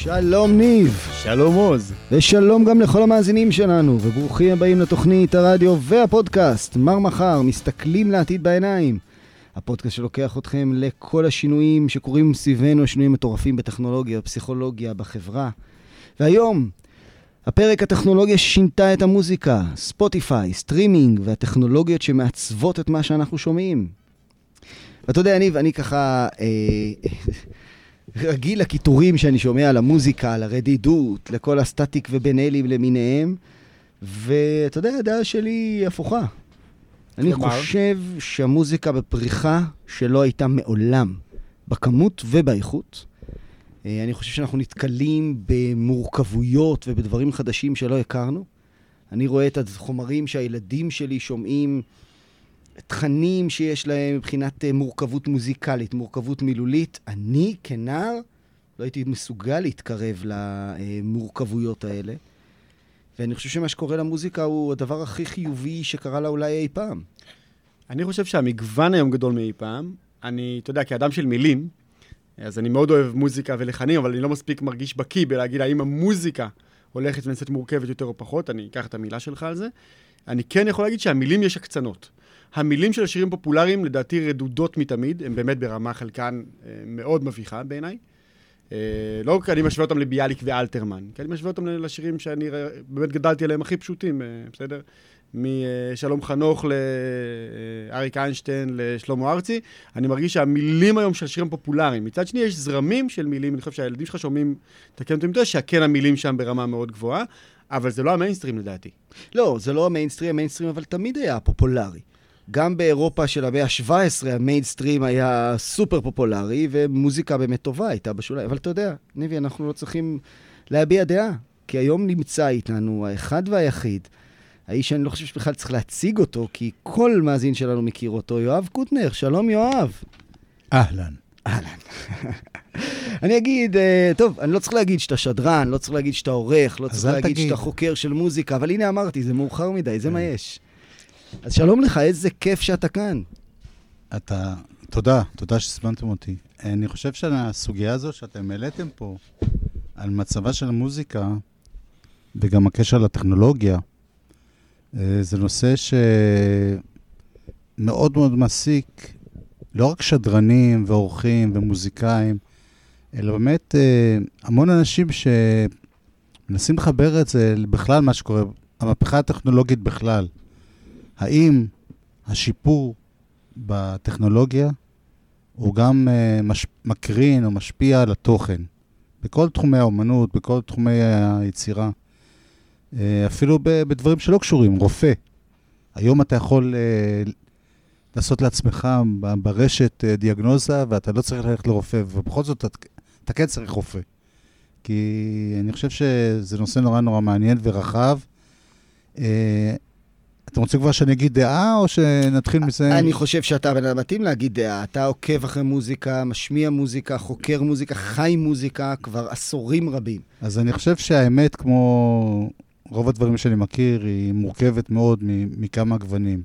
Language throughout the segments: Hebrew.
שלום ניב. שלום עוז. ושלום גם לכל המאזינים שלנו, וברוכים הבאים לתוכנית הרדיו והפודקאסט מר מחר, מסתכלים לעתיד בעיניים. הפודקאסט שלוקח אתכם לכל השינויים שקורים סביבנו, השינויים מטורפים בטכנולוגיה, בפסיכולוגיה, בחברה. והיום, הפרק הטכנולוגיה שינתה את המוזיקה, ספוטיפיי, סטרימינג והטכנולוגיות שמעצבות את מה שאנחנו שומעים. ואתה יודע, ניב, אני ככה רגיל לכיתורים שאני שומע על המוזיקה, על הרדידות, לכל הסטטיק ובנלים למיניהם, ואתה יודע, הדעה שלי היא הפוכה. אני חושב שהמוזיקה בפריחה שלא הייתה מעולם, בכמות ובאיכות. אני חושב שאנחנו נתקלים במורכבויות ובדברים חדשים שלא הכרנו. אני רואה את החומרים שהילדים שלי שומעים, תכנים שיש להם מבחינת מורכבות מוזיקלית, מורכבות מילולית. אני כנער לא הייתי מסוגל להתקרב למורכבויות האלה. ואני חושב שמה שקורה למוזיקה הוא הדבר הכי חיובי שקרה לה אולי אי פעם. אני חושב שהמגוון היום גדול מאי פעם. אני, אתה יודע, כאדם של מילים, אז אני מאוד אוהב מוזיקה ולחנים, אבל אני לא מספיק מרגיש בקיא בלהגיד האם המוזיקה הולכת ונעשית מורכבת יותר או פחות. אני אקח את המילה שלך על זה. אני כן יכול להגיד שהמילים יש הקצנות. המילים של השירים פופולריים, לדעתי, רדודות מתמיד, הן באמת ברמה חלקן מאוד מביכה בעיניי. לא כי אני משווה אותם לביאליק ואלתרמן, כי אני משווה אותם לשירים שאני באמת גדלתי עליהם הכי פשוטים, בסדר? משלום חנוך לאריק איינשטיין לשלמה ארצי, אני מרגיש שהמילים היום של שירים פופולריים, מצד שני יש זרמים של מילים, אני חושב שהילדים שלך שומעים, תקן אותם יותר, שהכן המילים שם ברמה מאוד גבוהה, אבל זה לא המיינסטרים לדעתי. לא, זה לא המיינסטרים, אבל תמיד היה פופולרי. גם באירופה של המאה ה-17 המיינסטרים היה סופר פופולרי, ומוזיקה באמת טובה הייתה בשוליים. אבל אתה יודע, ניבי, אנחנו לא צריכים להביע דעה, כי היום נמצא איתנו האחד והיחיד, האיש שאני לא חושב שבכלל צריך להציג אותו, כי כל מאזין שלנו מכיר אותו, יואב קוטנר. שלום יואב. אהלן. אהלן. אני אגיד, טוב, אני לא צריך להגיד שאתה שדרן, לא צריך להגיד שאתה עורך, לא צריך להגיד שאתה חוקר של מוזיקה, אבל הנה אמרתי, זה מאוחר מדי, זה מה יש. אז שלום לך, איזה כיף שאתה כאן. תודה שסבנתם אותי. אני חושב שהסוגיה הזו שאתם העליתם פה, על מצבה של המוזיקה, וגם הקשר לטכנולוגיה, זה נושא שמאוד מאוד מעסיק, לא רק שדרנים ועורכים ומוזיקאים, אלא באמת המון אנשים שמנסים לחבר את זה בכלל מה שקורה, המהפכה הטכנולוגית בכלל. האם השיפור בטכנולוגיה הוא גם מקרין או משפיע על התוכן? בכל תחומי האומנות, בכל תחומי היצירה. אפילו בדברים שלא קשורים, רופא. היום אתה יכול לעשות לעצמך ברשת דיאגנוזה, ואתה לא צריך ללכת לרופא, ובכל זאת אתה כן צריך רופא. כי אני חושב שזה נושא נורא נורא מעניין ורחב. אתם רוצים כבר שאני אגיד דעה, או שנתחיל מזה? אני חושב שאתה בן אדם מתאים להגיד דעה. אתה עוקב אחרי מוזיקה, משמיע מוזיקה, חוקר מוזיקה, חי מוזיקה, כבר עשורים רבים. אז אני חושב שהאמת, כמו רוב הדברים שאני מכיר, היא מורכבת מאוד מכמה גוונים.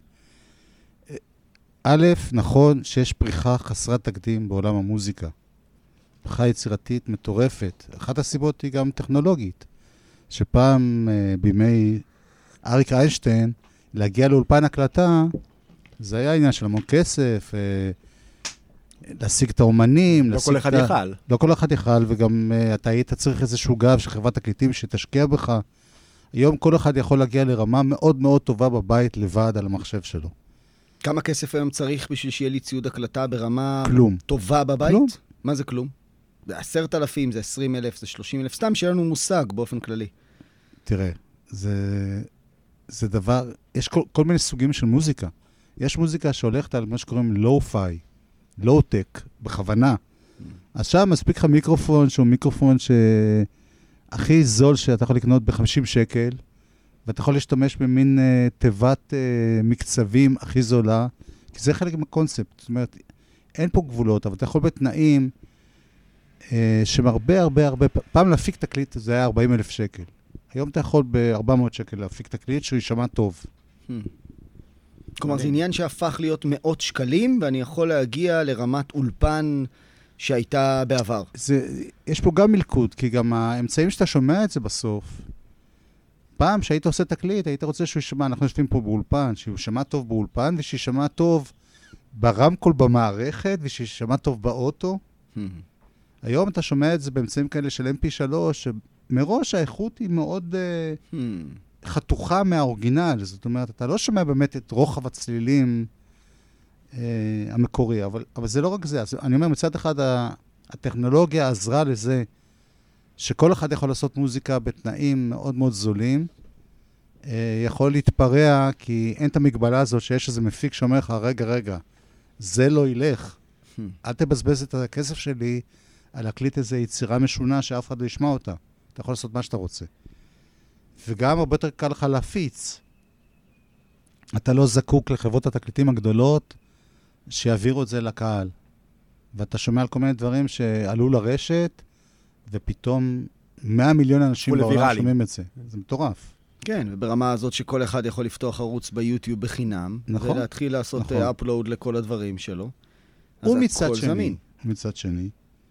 א', נכון שיש פריחה חסרת תקדים בעולם המוזיקה. פריחה יצירתית מטורפת. אחת הסיבות היא גם טכנולוגית. שפעם בימי אריק איינשטיין, להגיע לאולפן הקלטה, זה היה עניין של המון כסף, להשיג את האומנים, לא כל אחד יכל. לא כל אחד יכל, וגם אתה היית צריך איזשהו גב של חברת תקליטים שתשקיע בך. היום כל אחד יכול להגיע לרמה מאוד מאוד טובה בבית לבד על המחשב שלו. כמה כסף היום צריך בשביל שיהיה לי ציוד הקלטה ברמה כלום. טובה בבית? כלום. מה זה כלום? זה 10,000, זה 20,000, זה 30,000, סתם שיהיה לנו מושג באופן כללי. תראה, זה דבר, יש כל מיני סוגים של מוזיקה. יש מוזיקה שהולכת על מה שקוראים לואו-פיי, לואו-טק, בכוונה. אז שם מספיק לך מיקרופון, שהוא מיקרופון הכי זול שאתה יכול לקנות ב-50 שקל, ואתה יכול להשתמש במין תיבת מקצבים הכי זולה, כי זה חלק מהקונספט. זאת אומרת, אין פה גבולות, אבל אתה יכול בתנאים שהרבה, פעם להפיק תקליט זה היה 40,000 שקל. היום אתה יכול ב-400 שקל להפיק תקליט שהוא יישמע טוב. כלומר, זה עניין שהפך להיות מאות שקלים, ואני יכול להגיע לרמת אולפן שהייתה בעבר. יש פה גם מלכוד, כי גם האמצעים שאתה שומע את זה בסוף, פעם שהיית עושה תקליט, היית רוצה שהוא ישמע, אנחנו יושבים פה באולפן, שהוא ישמע טוב באולפן, ושישמע טוב ברמקול במערכת, ושישמע טוב באוטו. היום אתה שומע את זה באמצעים כאלה של MP3, שמראש האיכות היא מאוד חתוכה מהאורגינל. זאת אומרת, אתה לא שומע באמת את רוחב הצלילים המקורי, אבל זה לא רק זה. אז אני אומר, מצד אחד, הטכנולוגיה עזרה לזה שכל אחד יכול לעשות מוזיקה בתנאים מאוד מאוד זולים, יכול להתפרע, כי אין את המגבלה הזאת שיש איזה מפיק שאומר לך, רגע, זה לא ילך. אל תבזבז את הכסף שלי על להקליט איזו יצירה משונה שאף אחד לא ישמע אותה. אתה יכול לעשות מה שאתה רוצה. וגם הרבה יותר קל לך להפיץ. אתה לא זקוק לחברות התקליטים הגדולות שיעבירו את זה לקהל. ואתה שומע על כל מיני דברים שעלו לרשת, ופתאום 100 מיליון אנשים בעולם שומעים את זה. זה מטורף. כן, וברמה הזאת שכל אחד יכול לפתוח ערוץ ביוטיוב בחינם, נכון, ולהתחיל לעשות אפלואוד לכל הדברים שלו. ומצד שני,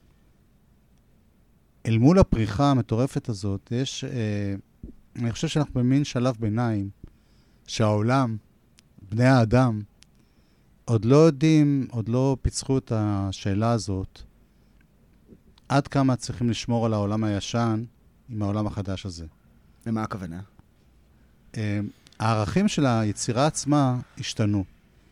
אל מול הפריחה המטורפת הזאת, אני חושב שאנחנו במין שלב ביניים, שהעולם, בני האדם, עוד לא יודעים, עוד לא פיצחו את השאלה הזאת, עד כמה צריכים לשמור על העולם הישן עם העולם החדש הזה. למה הכוונה? הערכים של היצירה עצמה השתנו.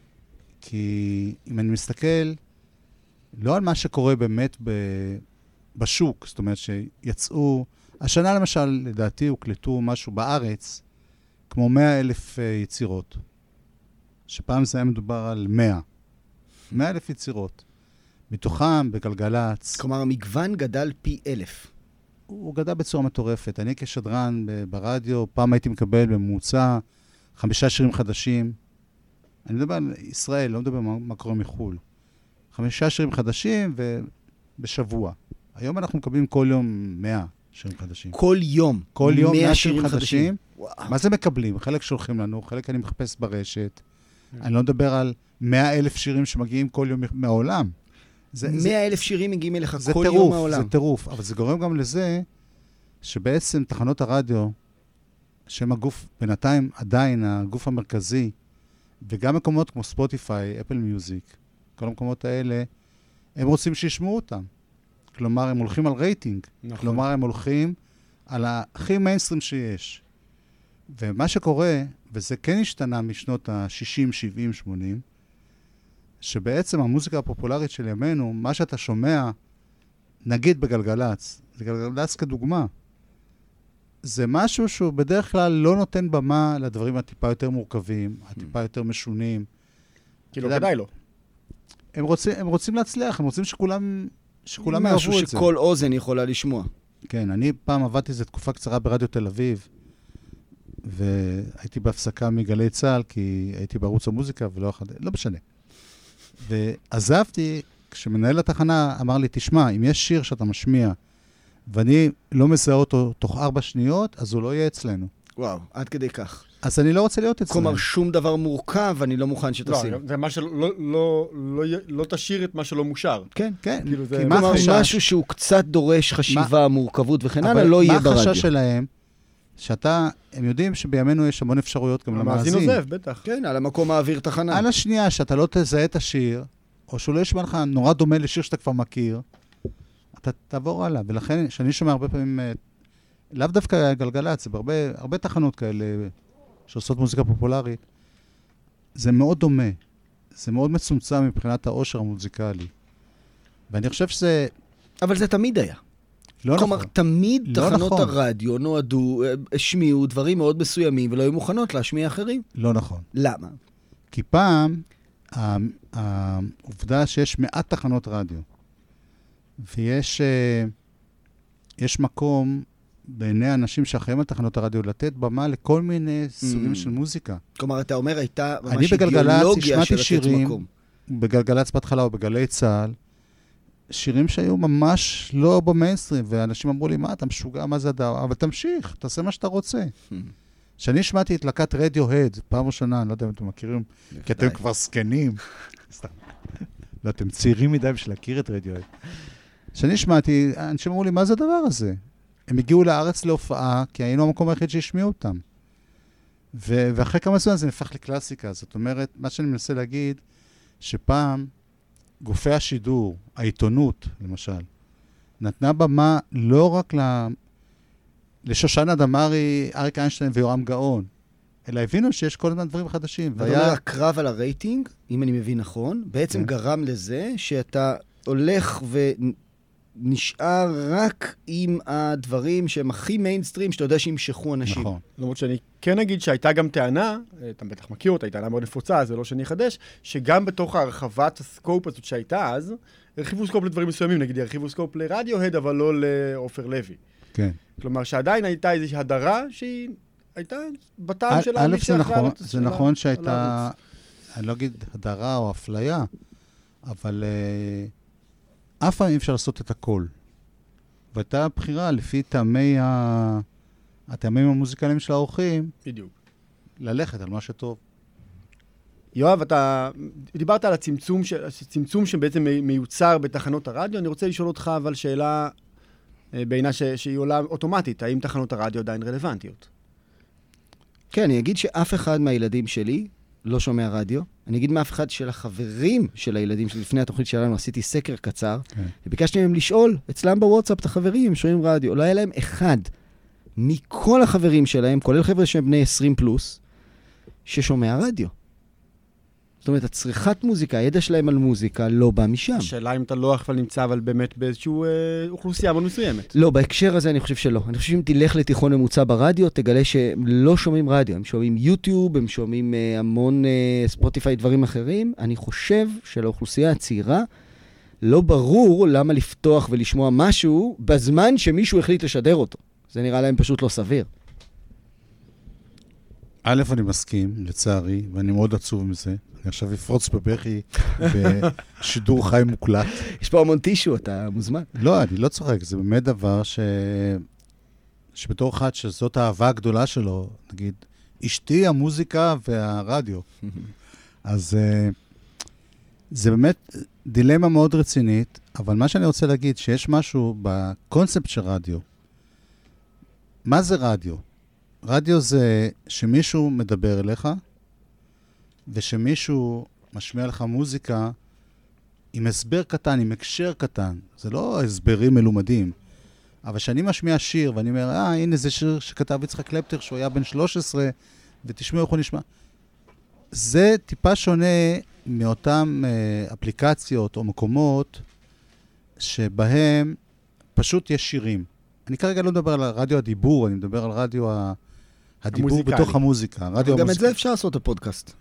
כי אם אני מסתכל, לא על מה שקורה באמת בשוק, זאת אומרת שיצאו, השנה למשל, לדעתי, הוקלטו משהו בארץ, כמו 100,000 יצירות. שפעם זה היה מדובר על 100,000 יצירות. מתוכם בגלגלץ. כלומר, המגוון גדל פי 1,000. הוא גדל בצורה מטורפת. אני כשדרן ברדיו, פעם הייתי מקבל בממוצע 5 שירים חדשים. אני מדבר על ישראל, לא מדבר מה קורה מחול. 5 שירים חדשים ובשבוע. היום אנחנו מקבלים כל יום 100 שירים חדשים. כל יום? כל יום 100 שירים חדשים. מה זה מקבלים? חלק שולחים לנו, חלק אני מחפש ברשת. אני לא מדבר על 100,000 שירים שמגיעים כל יום מהעולם. 100,000 שירים מגיעים אליך כל יום מהעולם. זה טירוף, אבל זה גורם גם לזה שבעצם תחנות הרדיו, שהם הגוף, בינתיים עדיין הגוף המרכזי, וגם מקומות כמו ספוטיפיי, אפל מיוזיק, כל המקומות האלה, הם רוצים שישמעו אותם. כלומר, הם הולכים על רייטינג. נכון. כלומר, הם הולכים על הכי מיינסטרים שיש. ומה שקורה, וזה כן השתנה משנות ה-60, 70, 80, שבעצם המוזיקה הפופולרית של ימינו, מה שאתה שומע, נגיד בגלגלץ, זה גלגלץ כדוגמה, זה משהו שהוא בדרך כלל לא נותן במה לדברים הטיפה יותר מורכבים, הטיפה יותר משונים. כאילו כדאי לו. הם רוצים להצליח, הם רוצים שכולם יאהבו את זה. משהו שכל אוזן יכולה לשמוע. כן, אני פעם עבדתי איזו תקופה קצרה ברדיו תל אביב, והייתי בהפסקה מגלי צהל, כי הייתי בערוץ המוזיקה ולא משנה. ועזבתי, כשמנהל התחנה אמר לי, תשמע, אם יש שיר שאתה משמיע, ואני לא מזהה אותו תוך 4 שניות, אז הוא לא יהיה אצלנו. וואו, עד כדי כך. אז אני לא רוצה להיות אצלנו. כלומר, שום דבר מורכב, אני לא מוכן שתשים. לא, זה מה לא תשאיר את מה שלא מושר. כן, כן. כלומר, משהו שהוא קצת דורש חשיבה, מורכבות וכן הלאה, לא יהיה ברדיו. מה החשש שלהם? הם יודעים שבימינו יש המון אפשרויות גם למאזין. המאזין עוזב, בטח. כן, על המקום האוויר תחנה. על השנייה, שאתה לא תזהה את השיר, או שהוא לא ישמע לך נורא דומה לשיר שאתה כבר מכיר, אתה תעבור הלאה. ולכן, שאני שומע הרבה פעמים, לאו דווקא גלגלץ, זה בהרבה תחנות כאלה שעושות מוזיקה פופולרית, זה מאוד דומה. זה מאוד מצומצם מבחינת העושר המוזיקלי. ואני חושב שזה... אבל זה תמיד היה. לא כלומר, נכון. תמיד לא תחנות נכון. הרדיו נועדו, השמיעו דברים מאוד מסוימים, ולא היו מוכנות להשמיע אחרים. לא נכון. למה? כי פעם, העובדה שיש 100 תחנות רדיו, ויש מקום בעיני אנשים שאחראים על תחנות הרדיו, לתת במה לכל מיני סוגים של מוזיקה. כלומר, אתה אומר, הייתה ממש אידיאולוגיה של לתת מקום. בגלגלץ בהתחלה או בגלי צהל, שירים שהיו ממש לא במיינסטרים, ואנשים אמרו לי, מה, אתה משוגע, מה זה הדבר? אבל תמשיך, תעשה מה שאתה רוצה. כשאני שמעתי את להקת רדיוהד, פעם ראשונה, אני לא יודע אם אתם מכירים, כי אתם כבר סקנים. לא, אתם צעירים מדי בשביל להכיר את רדיוהד. כשאני שמעתי, אנשים אמרו לי, מה זה הדבר הזה? הם הגיעו לארץ להופעה, כי היינו המקום היחיד שהשמיעו אותם. ואחרי כמה זמן זה נפח לקלאסיקה. זאת אומרת, מה שאני מנסה להגיד, שפעם גופי השידור, העיתונות, למשל, נתנה במה לא רק לשושנה דמארי, אריק איינשטיין ויורם גאון, אלא הבינו שיש כל הזמן דברים חדשים. זאת אומרת, הקרב על הרייטינג, אם אני מבין נכון, בעצם גרם לזה שאתה הולך ונשאר רק עם הדברים שהם הכי מיינסטרים, שאתה יודע שימשכו אנשים. נכון. למרות שאני כן אגיד שהייתה גם טענה, אתה בטח מכיר אותה, הייתה טענה מאוד נפוצה, זה לא שאני אחדש, שגם בתוך הרחבת הסקופ הזאת שהייתה אז, הרחיבו סקופ לדברים מסוימים, נגיד, הרחיבו סקופ לרדיוהד, אבל לא לעופר לוי. כן. כלומר, שעדיין הייתה איזושהי הדרה שהיא הייתה בטעם של א', זה נכון שהייתה, אני לא אגיד הדרה או אפליה, אבל אף פעם אי אפשר לעשות את הכל. והייתה בחירה לפי הטעמים המוזיקליים של האורחים, בדיוק. ללכת על מה שטוב. יואב, אתה דיברת על הצמצום שבעצם מיוצר בתחנות הרדיו. אני רוצה לשאול אותך אבל שאלה בעינה שהיא עולה אוטומטית. האם תחנות הרדיו עדיין רלוונטיות? כן, אני אגיד שאף אחד מהילדים שלי לא שומע רדיו. אני אגיד מאף אחד של החברים של הילדים שלי. לפני התוכנית שלנו עשיתי סקר קצר, וביקשתי מהם לשאול אצלם בוואטסאפ את החברים, הם שומעים רדיו. לא היה להם אחד מכל החברים שלהם, כולל חבר'ה שהם בני 20 פלוס, ששומע רדיו. זאת אומרת, הצריכת מוזיקה, הידע שלהם על מוזיקה לא בא משם. השאלה אם אתה לא אבל נמצא אבל באמת באיזושהי אוכלוסייה מאוד מסוימת. לא, בהקשר הזה אני חושב שלא. אני חושב שאם תלך לתיכון ממוצע ברדיו, תגלה שהם לא שומעים רדיו. הם שומעים יוטיוב, הם שומעים המון ספוטיפיי, דברים אחרים. אני חושב שלאוכלוסייה הצעירה לא ברור למה לפתוח ולשמוע משהו בזמן שמישהו החליט לשדר אותו. זה נראה להם פשוט לא סביר. א', אני מסכים, לצערי, ואני מאוד עצוב מזה. אני עכשיו אפרוץ בבכי בשידור חי מוקלט. יש פה המון טישו, אתה מוזמן. לא, אני לא צוחק, זה באמת דבר שבתור אחד שזאת האהבה הגדולה שלו, נגיד, אשתי, המוזיקה והרדיו. אז זה באמת דילמה מאוד רצינית, אבל מה שאני רוצה להגיד, שיש משהו בקונספט של רדיו. מה זה רדיו? רדיו זה שמישהו מדבר אליך, ושמישהו משמיע לך מוזיקה עם הסבר קטן, עם הקשר קטן. זה לא הסברים מלומדים. אבל שאני משמיע שיר, ואני אומר, הנה זה שיר שכתב יצחק קלפטר, שהוא היה בן 13, ותשמעו איך הוא נשמע. זה טיפה שונה מאותן אפליקציות או מקומות, שבהם פשוט יש שירים. אני כרגע לא מדבר על רדיו הדיבור, אני מדבר על רדיו הדיבור בתוך המוזיקה. גם את זה אפשר לעשות הפודקאסט.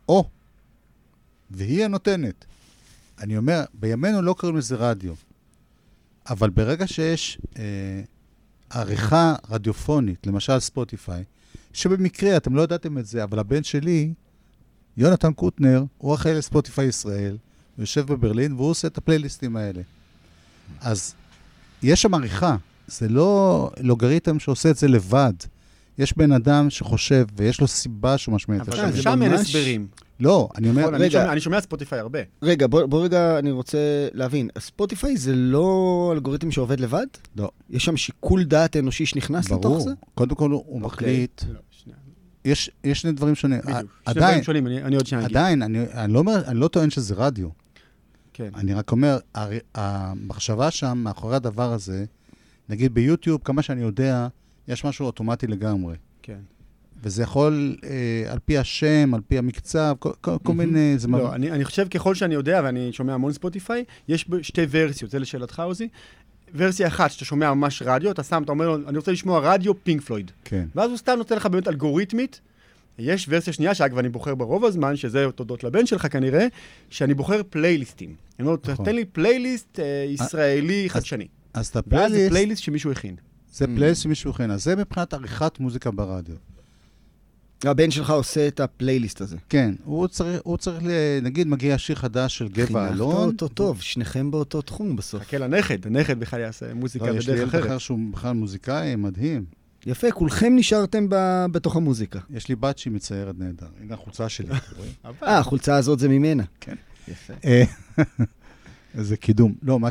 והיא הנותנת. אני אומר, בימינו לא קוראים לזה רדיו. אבל ברגע שיש עריכה רדיופונית, למשל ספוטיפיי, שבמקרה, אתם לא ידעתם את זה, אבל הבן שלי, יונתן קוטנר, הוא אחראי לספוטיפיי ישראל, הוא יושב בברלין, והוא עושה את הפלייליסטים האלה. אז יש שם עריכה. זה לא לוגריתם שעושה את זה לבד. יש בן אדם שחושב, ויש לו סיבה שהוא משמיע את השם. אבל שם אין הסברים. לא, אני אומר... אני שומע ספוטיפיי הרבה. רגע, בוא רגע, אני רוצה להבין. ספוטיפיי זה לא אלגוריתם שעובד לבד? לא. יש שם שיקול דעת אנושי שנכנס לתוך זה? ברור. קודם כל הוא מחליט. יש שני דברים שונים. בדיוק. שני דברים שונים, אני עוד שניה אגיד. עדיין, אני לא טוען שזה רדיו. כן. אני רק אומר, המחשבה שם, מאחורי הדבר הזה, נגיד ביוטיוב, כמה שאני יודע, יש משהו אוטומטי לגמרי. כן. וזה יכול, על פי השם, על פי המקצב, כל מיני... לא, אני חושב ככל שאני יודע, ואני שומע המון ספוטיפיי, יש שתי ורסיות, זה לשאלתך עוזי. ורסיה אחת, שאתה שומע ממש רדיו, אתה אומר לו, אני רוצה לשמוע רדיו פינק פלויד. כן. ואז הוא סתם נותן לך באמת אלגוריתמית. יש ורסיה שנייה, שאגב אני בוחר ברוב הזמן, שזה תודות לבן שלך כנראה, שאני בוחר פלייליסטים. אני אומר, תן לי פלייליסט ישראלי חדשני. אז את ואז זה פלייליסט שמישהו הכין. זה פלייליסט שמישהו הכין. אז זה מבחינת עריכת מוזיקה ברדיו. הבן שלך עושה את הפלייליסט הזה. כן, הוא צריך, נגיד, מגיע שיר חדש של גבע אלון. חינכת אותו טוב, שניכם באותו תחום בסוף. חכה לנכד, הנכד בכלל יעשה מוזיקה בדרך אחרת. יש לי ילד אחר שהוא בכלל מוזיקאי, מדהים. יפה, כולכם נשארתם בתוך המוזיקה. יש לי בת שהיא מציירת נהדר. הנה החולצה שלי. החולצה הזאת זה ממנה. כן. יפה. זה קידום. לא,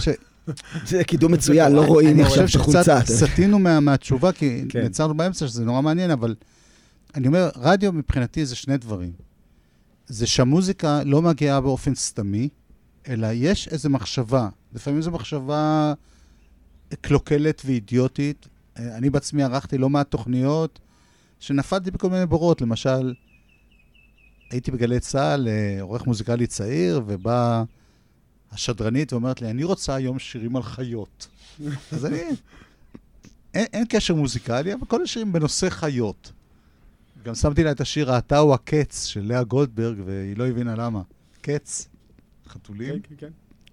זה קידום מצוין, לא רואים עכשיו שחולצה. אני חושב שקצת סטינו מהתשובה, כי נצרנו באמצע שזה נורא מעניין, אבל אני אומר, רדיו מבחינתי זה שני דברים. זה שהמוזיקה לא מגיעה באופן סתמי, אלא יש איזו מחשבה. לפעמים זו מחשבה קלוקלת ואידיוטית. אני בעצמי ערכתי לא מעט תוכניות שנפלתי בכל מיני בורות. למשל, הייתי בגלי צהל, עורך מוזיקלי צעיר, ובא השדרנית ואומרת לי, אני רוצה היום שירים על חיות. אז אין קשר מוזיקלי, אבל כל השירים בנושא חיות. גם שמתי לה את השיר, אתה הוא הקץ של לאה גולדברג, והיא לא הבינה למה. קץ, חתולים. כן.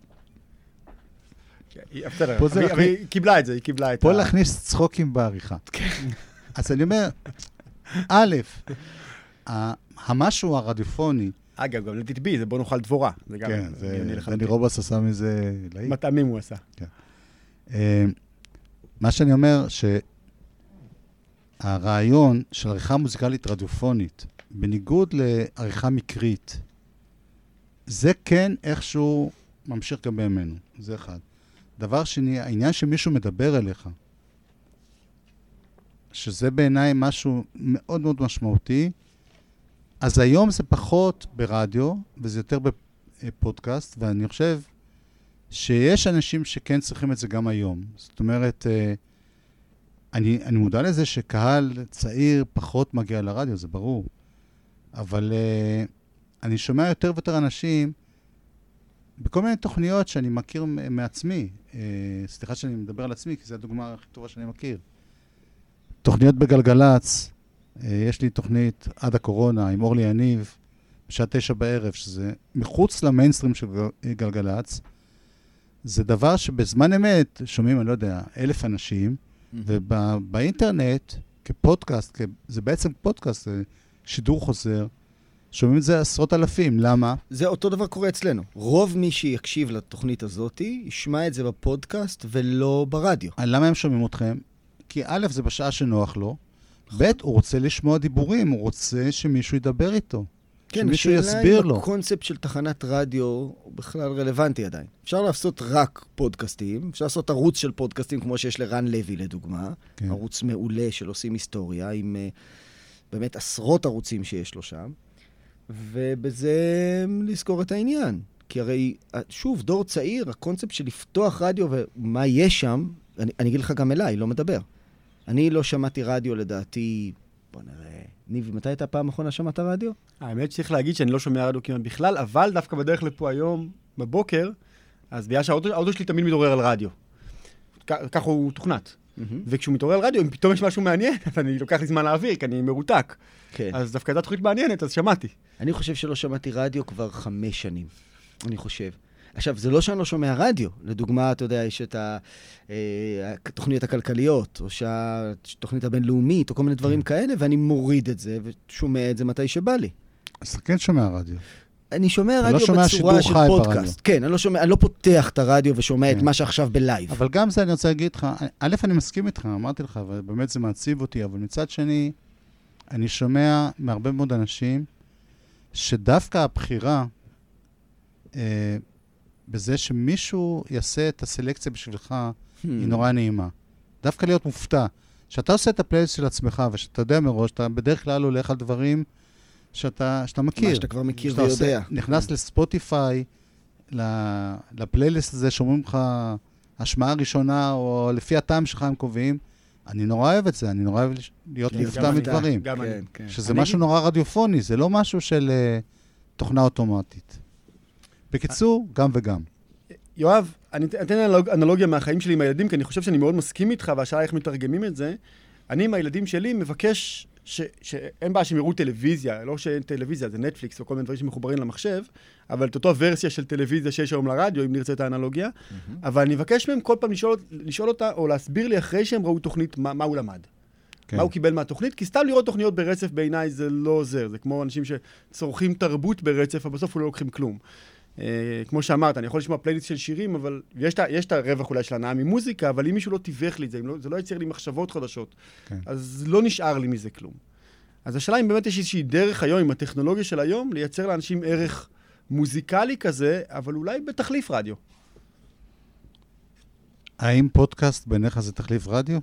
בסדר, היא קיבלה את זה, היא קיבלה את פה להכניס צחוקים בעריכה. אז אני אומר, א', המשהו הרדיופוני, אגב, גם לתתבי, זה בוא נאכל דבורה. כן, דני רובס עשה מזה להיט. מטעמים הוא עשה. מה שאני אומר, שהרעיון של עריכה מוזיקלית רדיופונית, בניגוד לעריכה מקרית, זה כן איכשהו ממשיך גם בימינו. זה אחד. דבר שני, העניין שמישהו מדבר אליך, שזה בעיניי משהו מאוד מאוד משמעותי, אז היום זה פחות ברדיו, וזה יותר בפודקאסט, ואני חושב שיש אנשים שכן צריכים את זה גם היום. זאת אומרת, אני מודע לזה שקהל צעיר פחות מגיע לרדיו, זה ברור. אבל אני שומע יותר ויותר אנשים בכל מיני תוכניות שאני מכיר מעצמי. סליחה שאני מדבר על עצמי, כי זו הדוגמה הכי טובה שאני מכיר. תוכניות בגלגלץ, יש לי תוכנית עד הקורונה עם אורלי יניב, בשעה 9 בערב, שזה מחוץ למיינסטרים של גלגלץ. זה דבר שבזמן אמת שומעים, אני לא יודע, 1,000 אנשים, ובאינטרנט, כפודקאסט, זה בעצם פודקאסט, שידור חוזר, שומעים את זה עשרות אלפים. למה? זה אותו דבר קורה אצלנו. רוב מי שיקשיב לתוכנית הזאת, ישמע את זה בפודקאסט ולא ברדיו. למה הם שומעים אתכם? כי א', זה בשעה שנוח לו, ב', הוא רוצה לשמוע דיבורים, הוא רוצה שמישהו ידבר איתו. כן, שמישהו יסביר לו. הקונספט של תחנת רדיו הוא בכלל רלוונטי עדיין. אפשר לעשות רק פודקאסטים, אפשר לעשות ערוץ של פודקאסטים כמו שיש לרן לוי לדוגמה, כן. ערוץ מעולה של עושים היסטוריה, עם באמת עשרות ערוצים שיש לו שם, ובזה לזכור את העניין. כי הרי, שוב, דור צעיר, הקונספט של לפתוח רדיו ומה יש שם, אני אגיד לך גם אליי, לא מדבר. אני לא שמעתי רדיו לדעתי, בוא נראה, ניבי, מתי הייתה הפעם האחרונה שמעת רדיו? האמת שצריך להגיד שאני לא שומע רדיו כמעט בכלל, אבל דווקא בדרך לפה היום, בבוקר, אז בגלל שהאוטו שלי תמיד מתעורר על רדיו. ככה הוא תוכנת. וכשהוא מתעורר על רדיו, אם פתאום יש משהו מעניין, אז אני לוקח לי זמן להעביר, כי אני מרותק. אז דווקא הייתה תוכנית מעניינת, אז שמעתי. אני חושב שלא שמעתי רדיו כבר 5 שנים. אני חושב. עכשיו, זה לא שאני לא שומע רדיו. לדוגמה, אתה יודע, יש את התוכניות הכלכליות, או שהתוכנית הבינלאומית, או כל מיני דברים כאלה, ואני מוריד את זה, ושומע את זה מתי שבא לי. אז אתה כן שומע רדיו. אני שומע רדיו בצורה של פודקאסט. כן, אני לא פותח את הרדיו ושומע את מה שעכשיו בלייב. אבל גם זה אני רוצה להגיד לך, א', אני מסכים איתך, אמרתי לך, ובאמת זה מעציב אותי, אבל מצד שני, אני שומע מהרבה מאוד אנשים, שדווקא הבחירה, בזה שמישהו יעשה את הסלקציה בשבילך, היא נורא נעימה. דווקא להיות מופתע. שאתה עושה את הפלייליסט של עצמך, ושאתה יודע מראש, אתה בדרך כלל הולך על דברים שאתה מכיר. מה שאתה כבר מכיר ויודע. נכנס לספוטיפיי, לפלייליסט הזה, שאומרים לך, השמעה ראשונה, או לפי הטעם שלך הם קובעים, אני נורא אוהב את זה, אני נורא אוהב להיות מופתע מדברים. שזה משהו נורא רדיופוני, זה לא משהו של תוכנה אוטומטית. בקיצור, גם וגם. יואב, אני אתן אנלוגיה מהחיים שלי עם הילדים, כי אני חושב שאני מאוד מסכים איתך, והשאלה איך מתרגמים את זה. אני עם הילדים שלי מבקש שאין בעיה שהם יראו טלוויזיה, לא שאין טלוויזיה, זה נטפליקס או כל מיני דברים שמחוברים למחשב, אבל את אותו ורסיה של טלוויזיה שיש היום לרדיו, אם נרצה את האנלוגיה, אבל אני מבקש מהם כל פעם לשאול אותה, או להסביר לי אחרי שהם ראו תוכנית, מה הוא למד. מה הוא קיבל מהתוכנית, כי סתם לראות תוכניות ברצף בעיניי זה לא עוזר, זה כמו אנשים שצורכים תרבות ברצף, אבל בסוף לא לוקחים כלום. כמו שאמרת, אני יכול לשמוע פלייליסט של שירים, אבל יש את הרווח אולי של הנאה ממוזיקה, אבל אם מישהו לא תיווך לי את זה, זה לא יצר לי מחשבות חדשות, אז לא נשאר לי מזה כלום. אז השאלה אם באמת יש איזושהי דרך היום, עם הטכנולוגיה של היום, לייצר לאנשים ערך מוזיקלי כזה, אבל אולי בתחליף רדיו. האם פודקאסט בעיניך זה תחליף רדיו?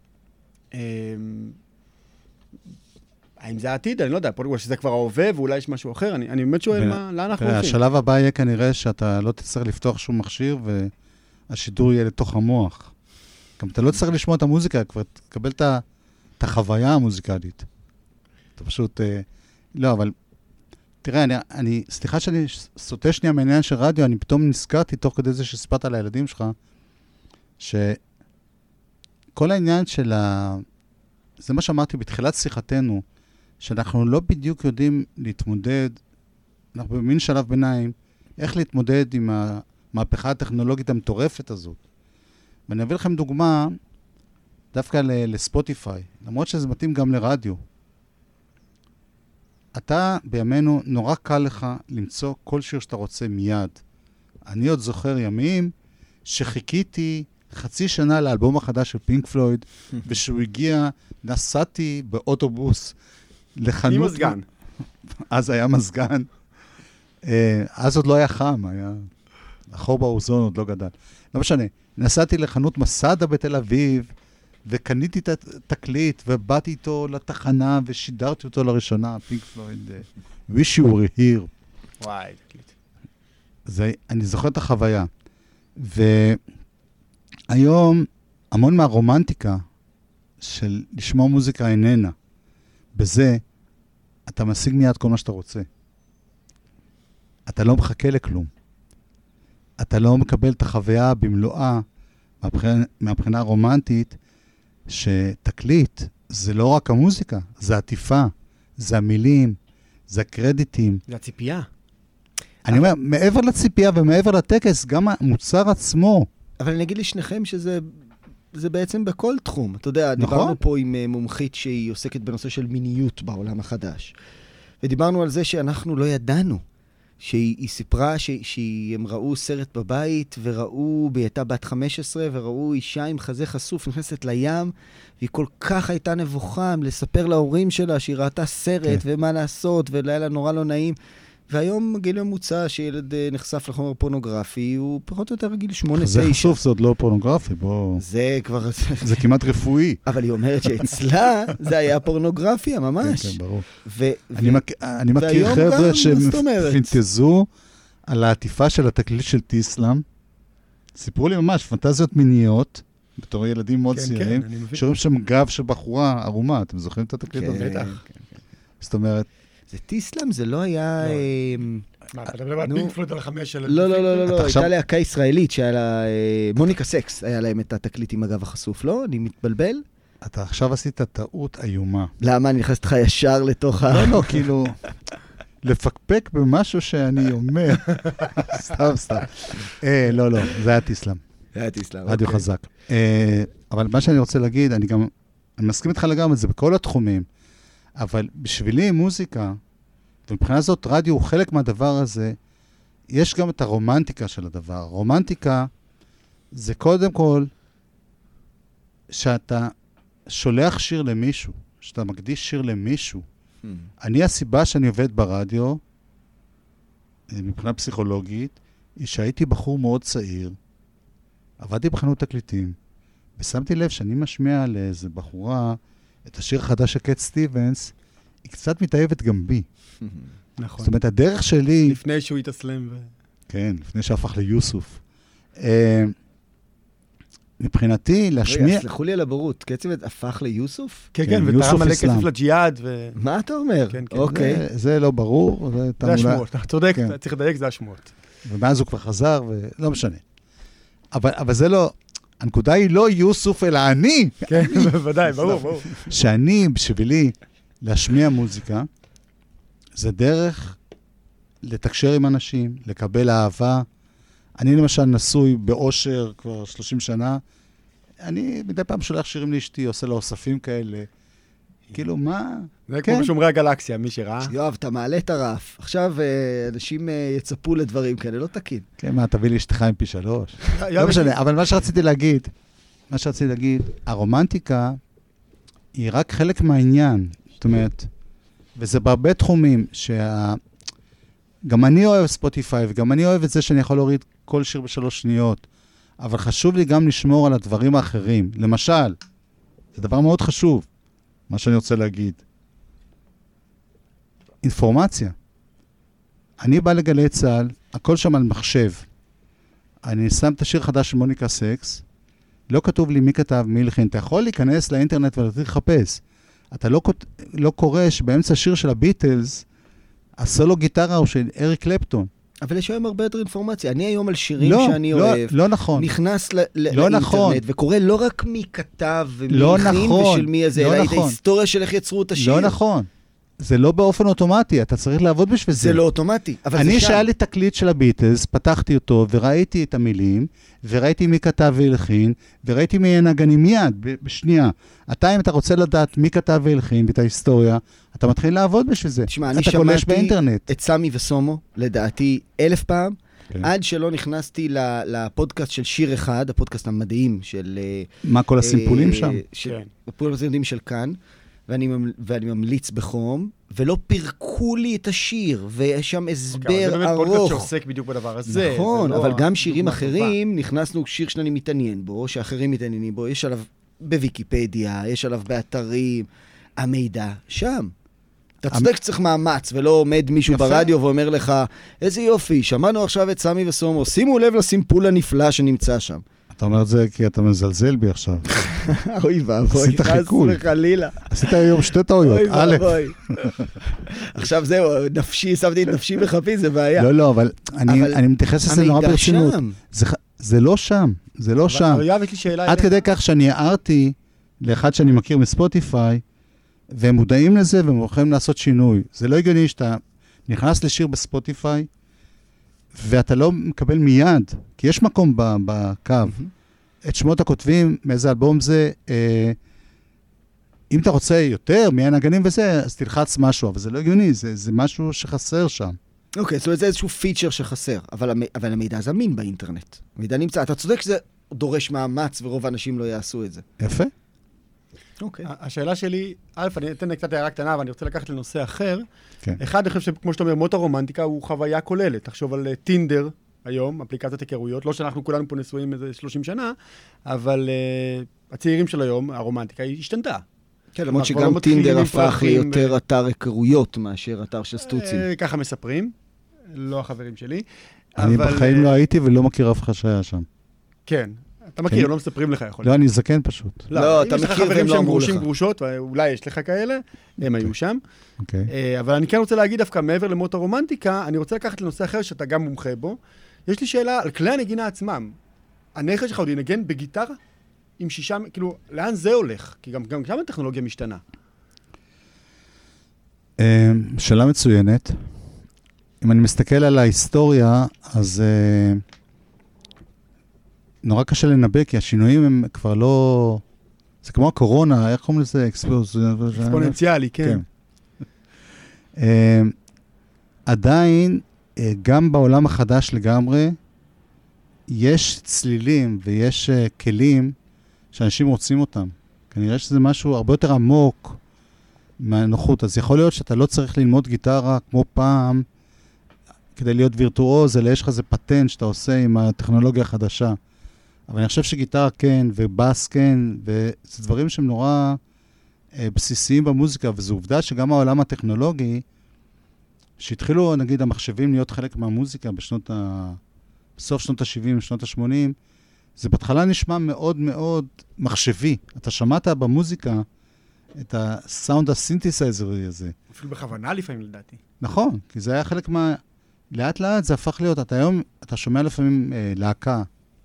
האם זה העתיד? אני לא יודע, פודקאסט שזה כבר ההווה, ואולי יש משהו אחר. אני באמת שואל לאן אנחנו הולכים. השלב הבא יהיה כנראה שאתה לא תצטרך לפתוח שום מכשיר, והשידור יהיה לתוך המוח. גם אתה לא צריך לשמוע את המוזיקה, כבר תקבל את החוויה המוזיקלית. אתה פשוט... לא, אבל... תראה, סליחה שאני סוטה שנייה מעניין של רדיו, אני פתאום נזכרתי תוך כדי זה שסיפרת על הילדים שלך, שכל העניין של זה מה שאמרתי בתחילת שיחתנו, שאנחנו לא בדיוק יודעים להתמודד, אנחנו במין שלב ביניים, איך להתמודד עם המהפכה הטכנולוגית המטורפת הזאת. ואני אביא לכם דוגמה, דווקא לספוטיפיי, למרות שזה מתאים גם לרדיו. אתה בימינו נורא קל לך למצוא כל שיר שאתה רוצה מיד. אני עוד זוכר ימים שחיכיתי חצי שנה לאלבום החדש של פינק פלויד, ושהוא הגיע, נסעתי באוטובוס לחנות... עם מזגן. אז היה מזגן. אז עוד לא היה חם, היה... החור באוזון עוד לא גדל. לא משנה, נסעתי לחנות מסדה בתל אביב, וקניתי את התקליט, ובאתי איתו לתחנה, ושידרתי אותו לראשונה, פינק פלויד, Wish You Were Here. וואי, תקליט. אני זוכר את החוויה. והיום, המון מהרומנטיקה של לשמוע מוזיקה איננה. בזה, אתה משיג מיד כל מה שאתה רוצה. אתה לא מחכה לכלום. אתה לא מקבל את החוויה במלואה מהבחינה הרומנטית, שתקליט זה לא רק המוזיקה, זה עטיפה, זה המילים, זה הקרדיטים. זה הציפייה. אני אומר, מעבר לציפייה ומעבר לטקס, גם המוצר עצמו. אבל אני אגיד לשניכם שזה בעצם בכל תחום. אתה יודע, נכון? דיברנו פה עם מומחית שהיא עוסקת בנושא של מיניות בעולם החדש. ודיברנו על זה שאנחנו לא ידענו. שהיא סיפרה שהם ראו סרט בבית, וראו, היא הייתה בת 15, וראו אישה עם חזה חשוף נכנסת לים, והיא כל כך הייתה נבוכה לספר להורים שלה שהיא ראתה סרט, ומה לעשות, ולילה נורא לא נעים. והיום גיל ממוצע שילד נחשף לחומר פורנוגרפי, הוא פחות או יותר גיל 8-9. חזה חשוף זה עוד לא פורנוגרפי, בוא... זה כבר... זה כמעט רפואי. אבל היא אומרת שאצלה זה היה פורנוגרפיה, ממש. כן, ברור. אני מכיר חבר'ה שפינטזו על העטיפה של התקליט של טיסלאם. סיפרו לי ממש, פנטזיות מיניות, בתור ילדים מאוד צעירים, שרואים שם גב של בחורה ערומה. אתם זוכרים את התקליט הזה? בטח. זאת אומרת... זה טיסלאם, זה לא היה... מה, אתה מדבר על פינק פלויד על 5 של... לא, הייתה להקה ישראלית שהיה לה... מוניקה סקס, היה להם את התקליט עם הגב החשוף, לא? אני מתבלבל? אתה עכשיו עשית טעות איומה. למה? אני נכנסת לך ישר לתוך ה... לא, כאילו... לפקפק במשהו שאני אומר. סתם. לא, זה היה טיסלאם. זה היה טיסלאם, רדיו חזק. אבל מה שאני רוצה להגיד, אני מסכים איתך לגמרי, זה בכל התחומים. אבל בשבילי מוזיקה, ומבחינה זאת רדיו הוא חלק מהדבר הזה, יש גם את הרומנטיקה של הדבר. רומנטיקה זה קודם כל שאתה שולח שיר למישהו, שאתה מקדיש שיר למישהו. אני הסיבה שאני עובד ברדיו, מבחינה פסיכולוגית, היא שהייתי בחור מאוד צעיר, עבדתי בחנות תקליטים, ושמתי לב שאני משמיע לאיזה בחורה, את השיר החדש של קט סטיבנס, היא קצת מתאהבת גם בי. נכון. זאת אומרת, הדרך שלי... לפני שהוא התאסלם כן, לפני שהפך ליוסוף. מבחינתי, להשמיע... סלחו לי על הבורות, קט סטיבנס הפך ליוסוף? כן, ותרם מלא כסף לג'יהאד מה אתה אומר? אוקיי. זה לא ברור. זה השמועות, אתה צודק, צריך לדייק, זה השמועות. ומאז הוא כבר חזר, ולא משנה. אבל זה לא... הנקודה היא לא יוסוף, אלא אני. כן, בוודאי, ברור. שאני, בשבילי, להשמיע מוזיקה, זה דרך לתקשר עם אנשים, לקבל אהבה. אני למשל נשוי באושר כבר 30 שנה. אני מדי פעם שולח שירים לאשתי, עושה לה אוספים כאלה. כאילו, מה? זה כמו בשומרי הגלקסיה, מי שראה. יואב, אתה מעלה את הרף. עכשיו אנשים יצפו לדברים כאלה, לא תקין. כן, מה, תביא לי אשתך עם פי 3. לא משנה, אבל מה שרציתי להגיד, הרומנטיקה היא רק חלק מהעניין. זאת אומרת, וזה בהרבה תחומים, גם אני אוהב ספוטיפיי, וגם אני אוהב את זה שאני יכול להוריד כל שיר ב3 שניות. אבל חשוב לי גם לשמור על הדברים האחרים. למשל, זה דבר מאוד חשוב, מה שאני רוצה להגיד. אינפורמציה. אני בא לגלי צהל, הכל שם על מחשב. אני שם את השיר חדש של מוניקה סקס, לא כתוב לי מי כתב, מי הלחין. אתה יכול להיכנס לאינטרנט ולהתחיל לחפש. אתה לא קורא שבאמצע השיר של הביטלס, הסולו גיטרה הוא של אריק קלפטון. אבל יש היום הרבה יותר אינפורמציה. אני היום על שירים שאני אוהב. לא נכון. נכנס לאינטרנט וקורא לא רק מי כתב ומי הלחין ושל מי הזה, אלא את ההיסטוריה של איך יצרו את השיר. לא נכון. זה לא באופן אוטומטי, אתה צריך לעבוד בשביל זה. זה לא אוטומטי, אבל זה שם. אני שהיה לי תקליט של הביטלס, פתחתי אותו וראיתי את המילים, וראיתי מי כתב והלחין, וראיתי מי הנגנים מיד, בשנייה. אם אתה רוצה לדעת מי כתב והלחין ואת ההיסטוריה, אתה מתחיל לעבוד בשביל זה. תשמע, אני שמעתי את סמי וסומו, לדעתי 1000 פעם, עד שלא נכנסתי לפודקאסט של שיר אחד, הפודקאסט המדהים של... מה כל הסימפולים שם? הפודקאסט המדהים של כאן. ואני ממליץ בחום, ולא פירקו לי את השיר, ויש שם הסבר ארוך. זה באמת פודקאסט שעוסק בדיוק בדבר הזה. נכון, אבל גם שירים אחרים, נכנסנו שיר שאני מתעניין בו, שאחרים מתעניינים בו, יש עליו בוויקיפדיה, יש עליו באתרים, המידע שם. אתה צודק שצריך מאמץ, ולא עומד מישהו ברדיו ואומר לך, איזה יופי, שמענו עכשיו את סמי וסומו, שימו לב לסימפול הנפלא שנמצא שם. אתה אומר את זה כי אתה מזלזל בי עכשיו. אוי ואבוי, עשית חיקוי. עשית היום 2 טעויות. אוי ואבוי. עכשיו זהו, נפשי, שמתי את נפשי בחפי, זה בעיה. לא, אבל אני מתייחס לזה נורא ברצינות. זה לא שם, זה לא שם. עד כדי כך שאני הערתי לאחד שאני מכיר מספוטיפיי, והם מודעים לזה והם הולכים לעשות שינוי. זה לא הגיוני שאתה נכנס לשיר בספוטיפיי, ואתה לא מקבל מיד, כי יש מקום בקו, את שמות הכותבים, מאיזה אלבום זה, אם אתה רוצה יותר, מי הנגנים וזה, אז תלחץ משהו, אבל זה לא הגיוני, זה משהו שחסר שם. אוקיי, זאת אומרת, זה איזשהו פיצ'ר שחסר, אבל המידע זמין באינטרנט. המידע נמצא, אתה צודק שזה דורש מאמץ, ורוב האנשים לא יעשו את זה. יפה. אוקיי. השאלה שלי, אני אתן קצת הערה קטנה, אבל אני רוצה לקחת לנושא אחר. אחד, אני חושב שכמו שאתה אומר, מוטו רומנטיקה הוא חוויה כוללת. תחשוב על טינדר היום, אפליקציית היכרויות, לא שאנחנו כולנו פה נשואים איזה 30 שנה, אבל הצעירים של היום, הרומנטיקה, היא השתנתה. כן, למרות שגם טינדר הפך ליותר אתר היכרויות מאשר אתר של סטוצים. ככה מספרים, לא החברים שלי. אני בחיים לא הייתי ולא מכיר אף אחד שהיה שם. כן. אתה מכיר, לא מספרים לך יכול. לא, אני זקן פשוט. לא, אתה מכיר והם לא אמרו לך. גרושים גרושות, ואולי יש לך כאלה, הם היו שם. אבל אני כן רוצה להגיד דווקא, מעבר למוטו רומנטיקה, אני רוצה לקחת לנושא אחר שאתה גם מומחה בו. יש לי שאלה על כלי הנגינה עצמם. הנכד שלך עוד ינגן בגיטרה? עם 6, כאילו, לאן זה הולך? כי גם שם הטכנולוגיה משתנה. שאלה מצוינת. אם אני מסתכל על ההיסטוריה, אז נורא קשה לנבא, כי השינויים הם כבר לא... זה כמו הקורונה, איך קוראים לזה? אקספוננציאלי, כן. עדיין, גם בעולם החדש לגמרי, יש צלילים ויש כלים שאנשים רוצים אותם. כנראה שזה משהו הרבה יותר עמוק מהנוחות. אז יכול להיות שאתה לא צריך ללמוד גיטרה כמו פעם, כדי להיות וירטואוז, אלא יש לך איזה פטנט שאתה עושה עם הטכנולוגיה החדשה. אבל אני חושב שגיטרה כן, ובאס כן, וזה דברים שהם נורא בסיסיים במוזיקה, וזו עובדה שגם העולם הטכנולוגי, שהתחילו, נגיד, המחשבים להיות חלק מהמוזיקה בסוף שנות ה-70, שנות ה-80, זה בהתחלה נשמע מאוד מאוד מחשבי. אתה שמעת במוזיקה את הסאונד הסינתסייזרי הזה. אפילו בכוונה לפעמים לדעתי. נכון, כי זה היה חלק מה... לאט לאט זה הפך להיות, אתה שומע לפעמים להקה,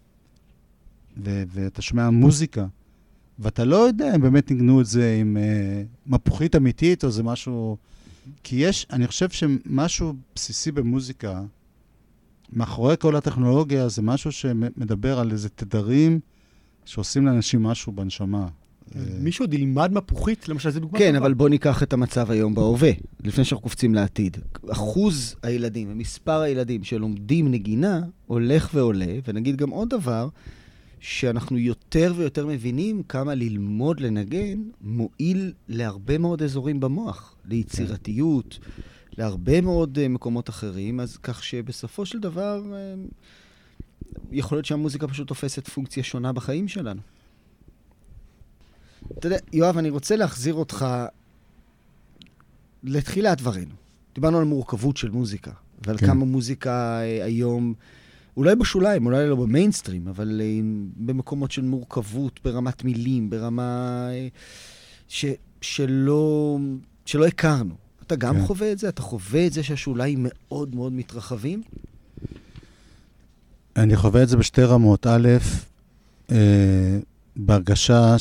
ואתה שומע מוזיקה, ואתה לא יודע אם באמת נגנו את זה עם מפוחית אמיתית, או זה משהו... כי אני חושב שמשהו בסיסי במוזיקה, מאחורי כל הטכנולוגיה, זה משהו שמדבר על איזה תדרים, שעושים לאנשים משהו בנשמה. מישהו עוד ילמד מפוחית, למשל זה דוגמה. כן, אבל בוא ניקח את המצב היום בהווה, לפני שאנחנו קופצים לעתיד. אחוז הילדים, ומספר הילדים שלומדים נגינה, הולך ועולה, ונגיד גם עוד דבר, שאנחנו יותר ויותר מבינים כמה ללמוד לנגן מועיל להרבה מאוד אזורים במוח, ליצירתיות, להרבה מאוד מקומות אחרים, אז כך שבסופו של דבר יכול להיות שהמוזיקה פשוט תופסת פונקציה שונה בחיים שלנו. אתה יודע, יואב, אני רוצה להחזיר אותך לתחילת דברינו. דיברנו על מורכבות של מוזיקה, ועל כמה מוזיקה היום, אולי בשוליים, אולי לא במיינסטרים, אבל במקומות של מורכבות, ברמת מילים, ברמה שלא הכרנו. אתה גם חווה את זה? אתה חווה את זה שהשוליים מאוד מאוד מתרחבים? אני חווה את זה בשתי רמות. א', בהרגשה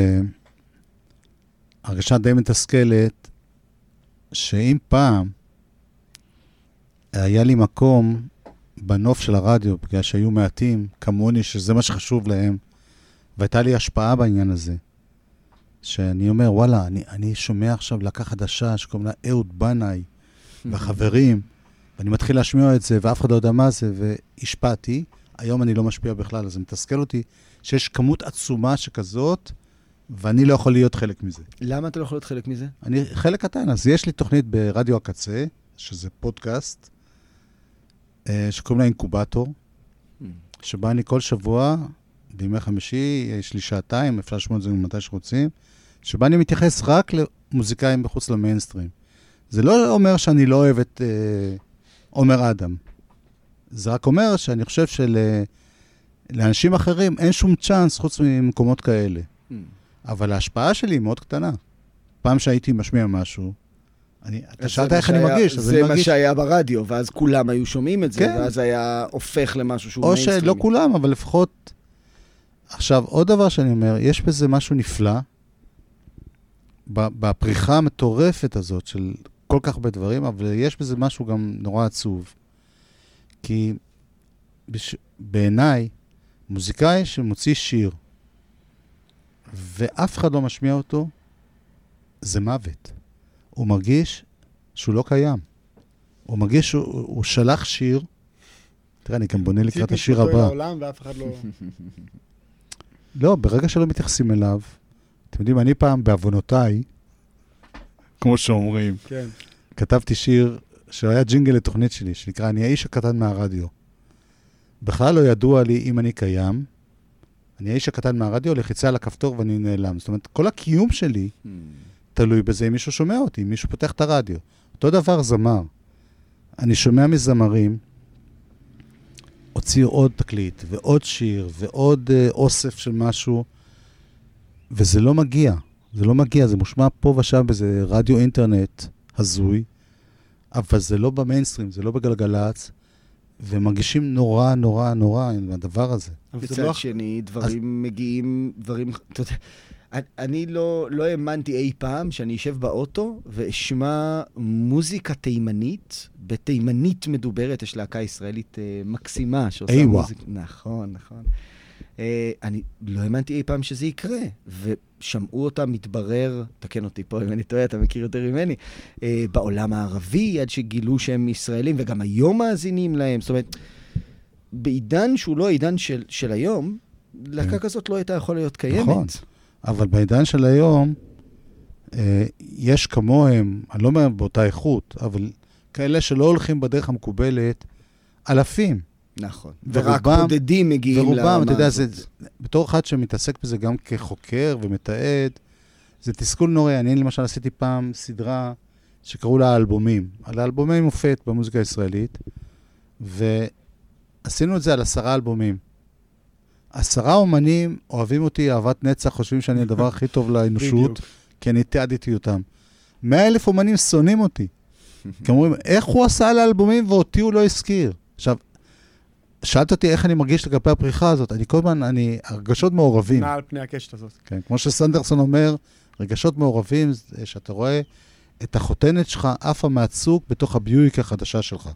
הרגשה די מתסכלת, שאם פעם היה לי מקום בנוף של הרדיו, בגלל שהיו מעטים כמוני, שזה מה שחשוב להם, והייתה לי השפעה בעניין הזה, שאני אומר, וואלה, אני שומע עכשיו להקה חדשה, שקוראים לה אהוד בנאי, והחברים, ואני מתחיל להשמיע את זה, ואף אחד לא יודע מה זה, והשפעתי. היום אני לא משפיע בכלל, אז זה מתסכל אותי שיש כמות עצומה שכזאת, ואני לא יכול להיות חלק מזה. למה אתה לא יכול להיות חלק מזה? אני חלק קטן, אז יש לי תוכנית ברדיו הקצה, שזה פודקאסט, שקוראים לה אינקובטור, שבה אני כל שבוע, בימי חמישי, יש לי שעתיים, אפשר לשמוע את זה מתי שרוצים, שבה אני מתייחס רק למוזיקאים בחוץ למיינסטרים. זה לא אומר שאני לא אוהב את עומר אדם. זה רק אומר שאני חושב שלאנשים אחרים אין שום צ'אנס חוץ ממקומות כאלה. אבל ההשפעה שלי היא מאוד קטנה. פעם שהייתי משמיע משהו, אתה שאלת איך אני מרגיש. זה מה שהיה ברדיו, ואז כולם היו שומעים את זה, ואז היה הופך למשהו שהוא מיינסטרימי. או שלא כולם, אבל לפחות... עכשיו, עוד דבר שאני אומר, יש בזה משהו נפלא, בפריחה המטורפת הזאת של כל כך הרבה דברים, אבל יש בזה משהו גם נורא עצוב. כי בעיניי, מוזיקאי שמוציא שיר, ואף אחד לא משמיע אותו, זה מוות. הוא מרגיש שהוא לא קיים. הוא מרגיש שהוא שלח שיר, תראה, אני גם בונה לקראת השיר הבא. לעולם ואף אחד לא... לא, ברגע שלא מתייחסים אליו, אתם יודעים, אני פעם בעוונותיי, כמו שאומרים, כן. כתבתי שיר שהיה ג'ינגל לתוכנית שלי, שנקרא אני האיש הקטן מהרדיו. בכלל לא ידוע לי אם אני קיים, אני האיש הקטן מהרדיו, לחיצה על הכפתור ואני נעלם. זאת אומרת, כל הקיום שלי תלוי בזה אם מישהו שומע אותי, אם מישהו פותח את הרדיו. אותו דבר זמר. אני שומע מזמרים, הוציאו עוד תקליט, ועוד שיר, ועוד אוסף של משהו, וזה לא מגיע. זה לא מגיע, זה מושמע פה ושם באיזה רדיו אינטרנט הזוי, אבל זה לא במיינסטרים, זה לא בגלגלץ, ומרגישים נורא, נורא, נורא עם הדבר הזה. בצד שני, דברים מגיעים, דברים... אתה יודע, אני לא האמנתי אי פעם שאני אשב באוטו ואשמע מוזיקה תימנית, בתימנית מדוברת, יש להקה ישראלית מקסימה שעושה מוזיקה. נכון, נכון. אני לא האמנתי אי פעם שזה יקרה, ושמעו אותה מתברר, תקן אותי פה אם אני טועה, אתה מכיר יותר ממני, בעולם הערבי, עד שגילו שהם ישראלים, וגם היום מאזינים להם. זאת אומרת, בעידן שהוא לא העידן של היום, להקה כזאת לא הייתה יכולה להיות קיימת. נכון, אבל בעידן של היום, יש כמוהם, אני לא אומר באותה איכות, אבל כאלה שלא הולכים בדרך המקובלת, אלפים. נכון. ורק בודדים מגיעים ורובם, אתה יודע, בתור אחד שמתעסק בזה גם כחוקר ומתעד, זה תסכול נורא. אני למשל עשיתי פעם סדרה שקראו לה האלבומים. על האלבומי מופת במוזיקה הישראלית, ועשינו את זה על 10 אלבומים. 10 אומנים אוהבים אותי, אהבת נצח, חושבים שאני הדבר הכי טוב לאנושות, כי אני תיעדתי אותם. 100,000 אומנים שונאים אותי. כי אומרים, איך הוא עשה על האלבומים ואותי הוא לא הזכיר? עכשיו, שאלת אותי איך אני מרגיש לגבי הפריחה הזאת. אני כל הזמן, הרגשות מעורבים. נע על פני הקשת הזאת. כן, כמו שסנדרסון אומר, רגשות מעורבים, שאתה רואה את החותנת שלך עפה מהצוק בתוך הביואיק החדשה שלך.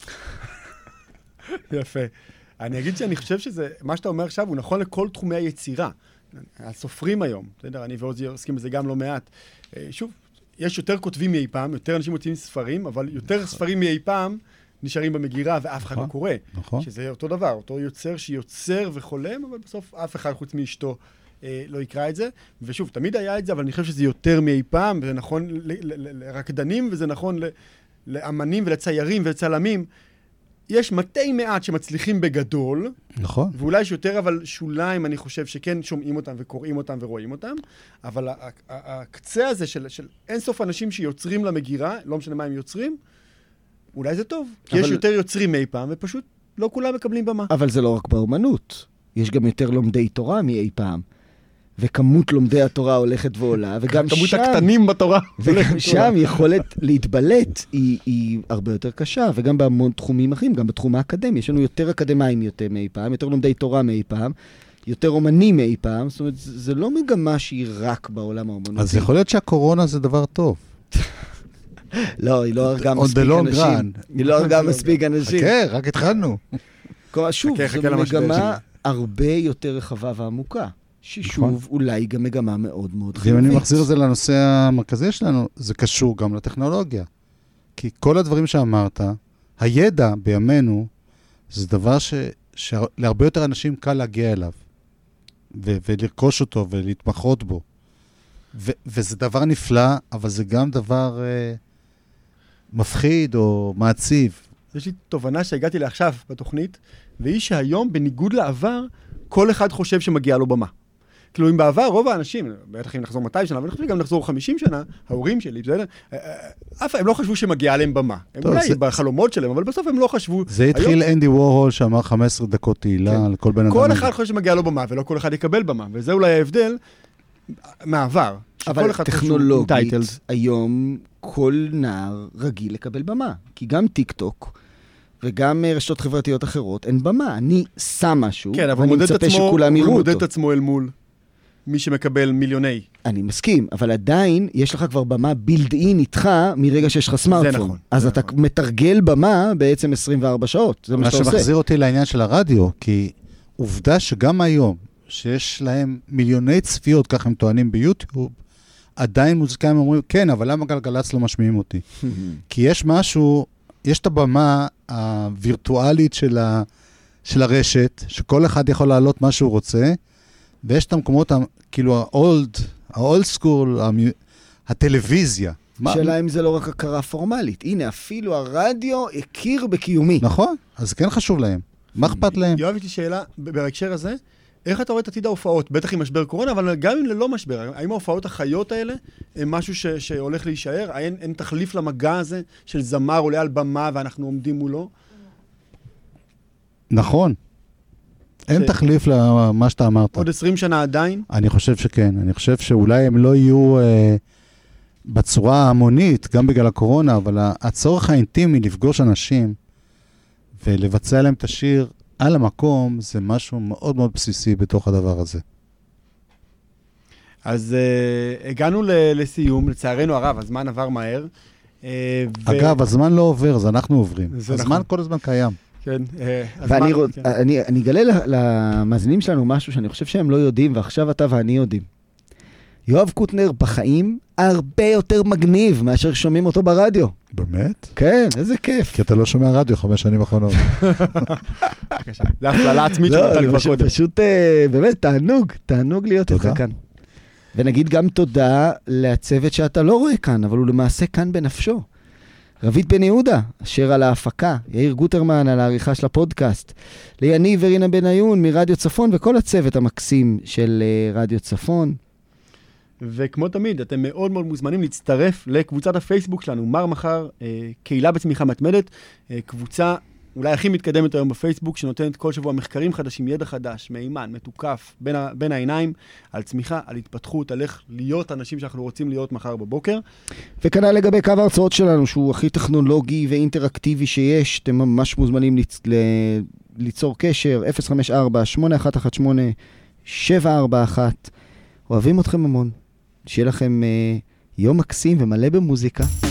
יפה. אני אגיד שאני חושב שזה, מה שאתה אומר עכשיו, הוא נכון לכל תחומי היצירה. הסופרים היום, בסדר? אני ועוזי עוסקים בזה גם לא מעט. שוב, יש יותר כותבים מאי פעם, יותר אנשים מוצאים ספרים, אבל יותר ספרים מאי פעם נשארים במגירה ואף אחד לא קורא. נכון. שזה אותו דבר, אותו יוצר שיוצר וחולם, אבל בסוף אף אחד חוץ מאשתו לא יקרא את זה. ושוב, תמיד היה את זה, אבל אני חושב שזה יותר מאי פעם, וזה נכון לרקדנים, וזה נכון לאמנים ולציירים ולצלמים. יש מתי מעט שמצליחים בגדול, נכון. ואולי יש יותר, אבל שוליים, אני חושב שכן שומעים אותם וקוראים אותם ורואים אותם, אבל הקצה הזה של אינסוף אנשים שיוצרים למגירה, לא משנה מה הם יוצרים, אולי זה טוב. כי יש יותר יוצרים מאי פעם, ופשוט לא כולם מקבלים במה. אבל זה לא רק באומנות. יש גם יותר לומדי תורה מאי פעם. וכמות לומדי התורה הולכת ועולה, וגם שם... כמות הקטנים בתורה. וגם שם יכולת להתבלט היא הרבה יותר קשה, וגם בהמון תחומים אחרים, גם בתחום האקדמי. יש לנו יותר אקדמיים יותר מאי פעם, יותר לומדי תורה מאי פעם, יותר אומנים מאי פעם. זאת אומרת, זה לא מגמה שהיא רק בעולם האומנותי. אז יכול להיות שהקורונה זה דבר טוב. לא, היא לא הרגה מספיק אנשים. היא לא הרגה מספיק אנשים. חכה, רק התחלנו. שוב, זו מגמה הרבה יותר רחבה ועמוקה. ששוב, אולי גם מגמה מאוד מאוד חיובית. ואם אני מחזיר את זה לנושא המרכזי שלנו, זה קשור גם לטכנולוגיה. כי כל הדברים שאמרת, הידע בימינו, זה דבר שלהרבה יותר אנשים קל להגיע אליו, ולרכוש אותו ולהתמחות בו. וזה דבר נפלא, אבל זה גם דבר מפחיד או מעציב. יש לי תובנה שהגעתי לעכשיו בתוכנית, והיא שהיום, בניגוד לעבר, כל אחד חושב שמגיע לו במה. כאילו, אם בעבר, רוב האנשים, בטח אם נחזור 200 שנה, אבל גם נחזור 50 שנה, ההורים שלי, הם לא חשבו שמגיע להם במה. הם אולי בחלומות שלהם, אבל בסוף הם לא חשבו. זה התחיל אנדי וורהול שאמר 15 דקות תהילה על כל בן אדם. כל אחד חושב שמגיע לו במה, ולא כל אחד יקבל במה. וזה אולי ההבדל מהעבר. אבל טכנולוגית, היום כל נער רגיל לקבל במה. כי גם טיק טוק, וגם רשתות חברתיות אחרות, אין במה. אני שם משהו, ואני מצפה שכולם יראו אותו. הוא מודד את עצמו אל מול מי שמקבל מיליוני. אני מסכים, אבל עדיין יש לך כבר במה בילד-אין איתך מרגע שיש לך סמארטפון. זה נכון. אז אתה מתרגל במה בעצם 24 שעות. זה מה שאתה עושה. מה שמחזיר אותי לעניין של הרדיו, כי עובדה שגם היום, שיש להם מיליוני צפיות, כך הם טוענים ביוטיוב, עדיין מוזיקאים אומרים, כן, אבל למה גלגלצ לא משמיעים אותי? כי יש משהו, יש את הבמה הווירטואלית של הרשת, שכל אחד יכול לעלות מה שהוא רוצה, ויש את המקומות, כאילו האולד סקול, הטלוויזיה. שאלה אם זה לא רק הכרה פורמלית. הנה, אפילו הרדיו הכיר בקיומי. נכון, אז כן חשוב להם. מה אכפת להם? יואב, יש לי שאלה בהקשר הזה, איך אתה רואה את עתיד ההופעות? בטח עם משבר קורונה, אבל גם אם ללא משבר, האם ההופעות החיות האלה הם משהו שהולך להישאר? אין תחליף למגע הזה של זמר עולה על במה ואנחנו עומדים מולו? נכון. אין תחליף למה שאתה אמרת. עוד 20 שנה עדיין? אני חושב שכן. אני חושב שאולי הם לא יהיו בצורה המונית, גם בגלל הקורונה, אבל הצורך האינטימי לפגוש אנשים ולבצע להם את השיר על המקום, זה משהו מאוד מאוד בסיסי בתוך הדבר הזה. אז הגענו לסיום, לצערנו הרב, הזמן עבר מהר. אגב, הזמן לא עובר, אז אנחנו עוברים. הזמן כל הזמן קיים. כן. ואני אגלה למאזינים שלנו משהו שאני חושב שהם לא יודעים, ועכשיו אתה ואני יודעים. יואב קוטנר בחיים הרבה יותר מגניב מאשר שומעים אותו ברדיו. באמת? כן, איזה כיף. כי אתה לא שומע רדיו 5 שנים האחרונות. זה הפללה עצמית שאתה כבר קודם. פשוט, באמת, תענוג להיות איתך כאן. ונגיד גם תודה לצוות שאתה לא רואה כאן, אבל הוא למעשה כאן בנפשו. רבית בן יהודה, אשר על ההפקה, יאיר גוטרמן על העריכה של הפודקאסט, ליניב ורינה בניון מרדיו צפון, וכל הצוות המקסים של רדיו צפון. וכמו תמיד, אתם מאוד מאוד מוזמנים להצטרף לקבוצת הפייסבוק שלנו, מר מחר, קהילה בצמיחה מתמדת, קבוצה אולי הכי מתקדמת היום בפייסבוק, שנותנת כל שבוע מחקרים חדשים, ידע חדש, מהימן, מתוקף, בין העיניים, על צמיחה, על התפתחות, על איך להיות אנשים שאנחנו רוצים להיות מחר בבוקר. וכנ"ל לגבי קו ההרצאות שלנו, שהוא הכי טכנולוגי ואינטראקטיבי שיש, אתם ממש מוזמנים ליצור קשר, 054-8118-741. אוהבים אתכם המון. שיהיה לכם יום מקסים ומלא במוזיקה.